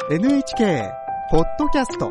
NHK ポッドキャスト。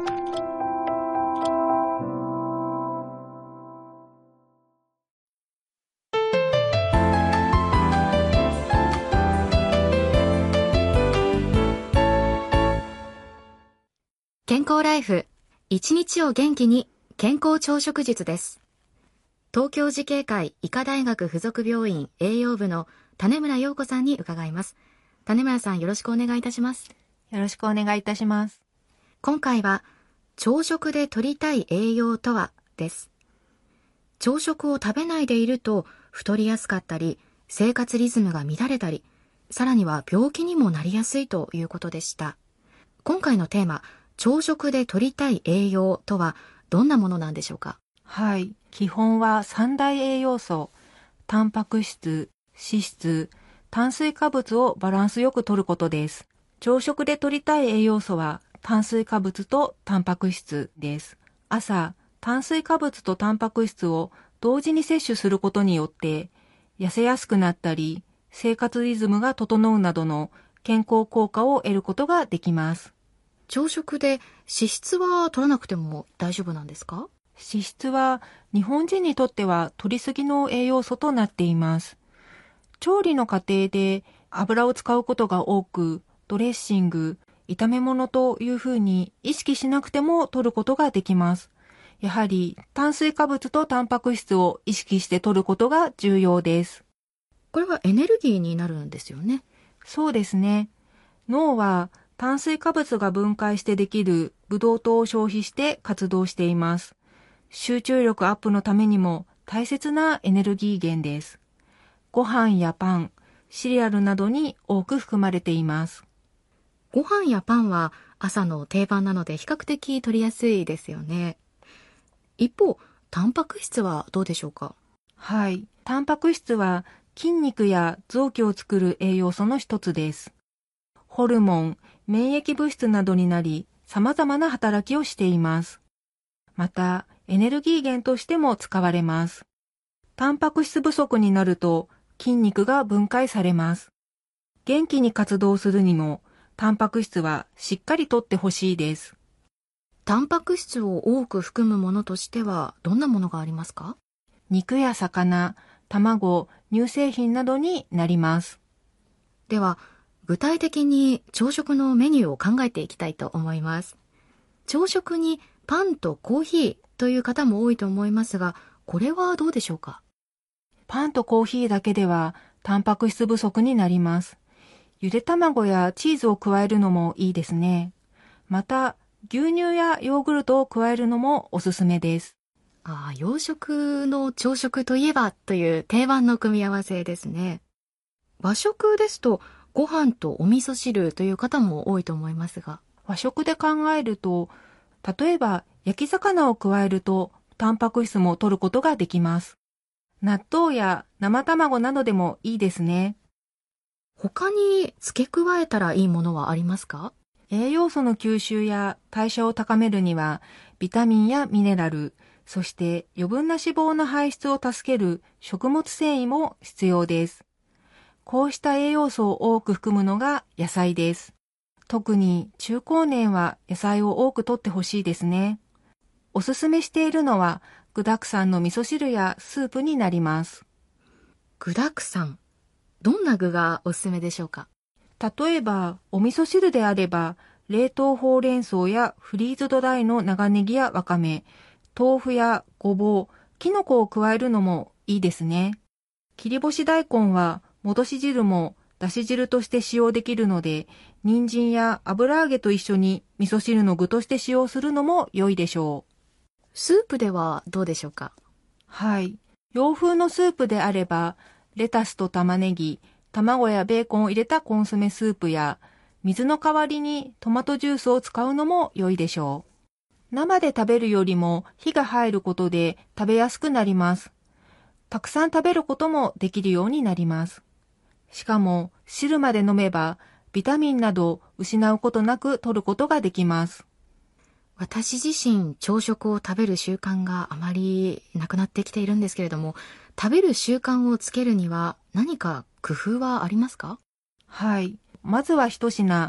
健康ライフ、一日を元気に健康朝食術です。東京慈恵会医科大学附属病院栄養部の種村陽子さんに伺います。種村さん、よろしくお願いいたします。 よろしくお願いいたします。 今回は朝食で摂りたい栄養とはです。朝食を食べないでいると太りやすかったり、生活リズムが乱れたり、さらには病気にもなりやすいということでした。今回のテーマ、朝食で摂りたい栄養とはどんなものなんでしょうか？ はい、基本は三大栄養素、タンパク質、脂質、炭水化物をバランスよく摂ることです。朝食で摂りたい栄養素は炭水化物とタンパク質です。朝、炭水化物とタンパク質を同時に摂取することによって痩せやすくなったり、生活リズムが整うなどの健康効果を得ることができます。 朝食で脂質は摂らなくても大丈夫なんですか？ 脂質は日本人にとっては摂りすぎの栄養素となっています。調理の過程で油を使うことが多く、ドレッシング、炒め物というふうに意識しなくても摂ることができます。やはり炭水化物とタンパク質を意識して摂ることが重要です。 これはエネルギーになるんですよね。 そうですね。脳は炭水化物が分解してできるブドウ糖を消費して活動しています。集中力アップのためにも大切なエネルギー源です。ご飯やパン、シリアルなどに多く含まれています。 ご飯やパンは朝の定番なので比較的摂りやすいですよね。一方、タンパク質はどうでしょうか？ はい。タンパク質は筋肉や臓器を作る栄養素の一つです。ホルモン、免疫物質などになり、様々な働きをしています。また、エネルギー源としても使われます。タンパク質不足になると筋肉が分解されます。元気に活動するにも、タンパク質はしっかりとってほしいです。 タンパク質を多く含むものとしてはどんなものがありますか？ 肉や魚、卵、乳製品などになります。 では、具体的に朝食のメニューを考えていきたいと思います。朝食にパンとコーヒーという方も多いと思いますが、これはどうでしょうか？ パンとコーヒーだけではタンパク質不足になります。ゆで卵やチーズを加えるのもいいですね。また、牛乳やヨーグルトを加えるのもおすすめです。 洋食の朝食といえばという定番の組み合わせですね。和食ですとご飯とお味噌汁という方も多いと思いますが、 和食で考えると、例えば焼き魚を加えるとタンパク質も摂ることができます。納豆や生卵などでもいいですね。 他に付け加えたらいいものはありますか？ 栄養素の吸収や代謝を高めるには、ビタミンやミネラル、そして余分な脂肪の排出を助ける食物繊維も必要です。こうした栄養素を多く含むのが野菜です。特に中高年は野菜を多く摂ってほしいですね。おすすめしているのは具沢山の味噌汁やスープになります。 具沢山。どんな具がおすすめでしょうか？ 例えばお味噌汁であれば冷凍ほうれん草やフリーズドライの長ネギやわかめ、豆腐やごぼう、きのこを加えるのもいいですね。切り干し大根は戻し汁もだし汁として使用できるので、人参や油揚げと一緒に味噌汁の具として使用するのも良いでしょう。 スープではどうでしょうか？ はい。洋風のスープであれば、レタスと玉ねぎ、卵やベーコンを入れたコンソメスープや、水の代わりにトマトジュースを使うのも良いでしょう。生で食べるよりも火が入ることで食べやすくなります。たくさん食べることもできるようになります。しかも汁まで飲めばビタミンなど失うことなく摂ることができます。 私自身朝食を食べる習慣があまりなくなってきているんですけれども、食べる習慣をつけるには何か工夫はありますか？ はい。まずは一品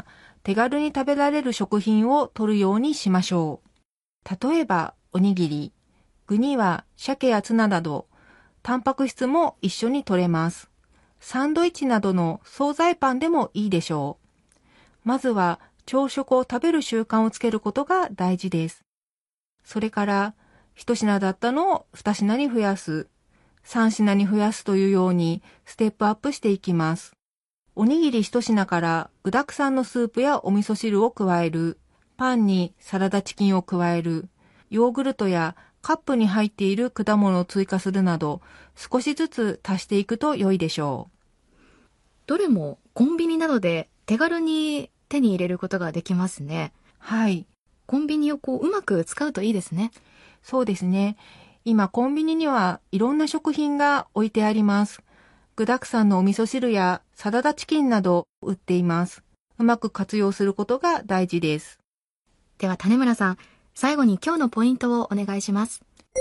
手軽に食べられる食品を摂るようにしましょう。例えば、おにぎり、具には鮭やツナなど、タンパク質も一緒に摂れます。サンドイッチなどの惣菜パンでもいいでしょう。まずは朝食を食べる習慣をつけることが大事です。それから一品だったのを二品に増やす、三品に増やすというようにステップアップしていきます。おにぎり一品から具沢山のスープやお味噌汁を加える、パンにサラダチキンを加える、ヨーグルトやカップに入っている果物を追加するなど、少しずつ足していくと良いでしょう。 どれもコンビニなどで手軽に手に入れることができますね。 はい。 コンビニをうまく使うといいですね。 そうですね。今コンビニにはいろんな食品が置いてあります。具沢山のお味噌汁やサラダチキンなど売っています。うまく活用することが大事です。 では種村さん、最後に今日のポイントをお願いします。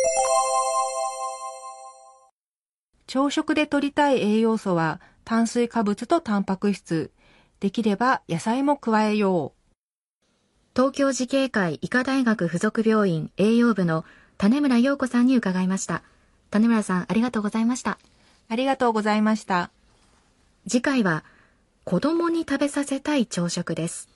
朝食で摂りたい栄養素は炭水化物とタンパク質。できれば野菜も加えよう。 東京慈恵会医科大学附属病院栄養部の種村陽子さんに伺いました。種村さん、ありがとうございました。 ありがとうございました。 次回は子供に食べさせたい朝食です。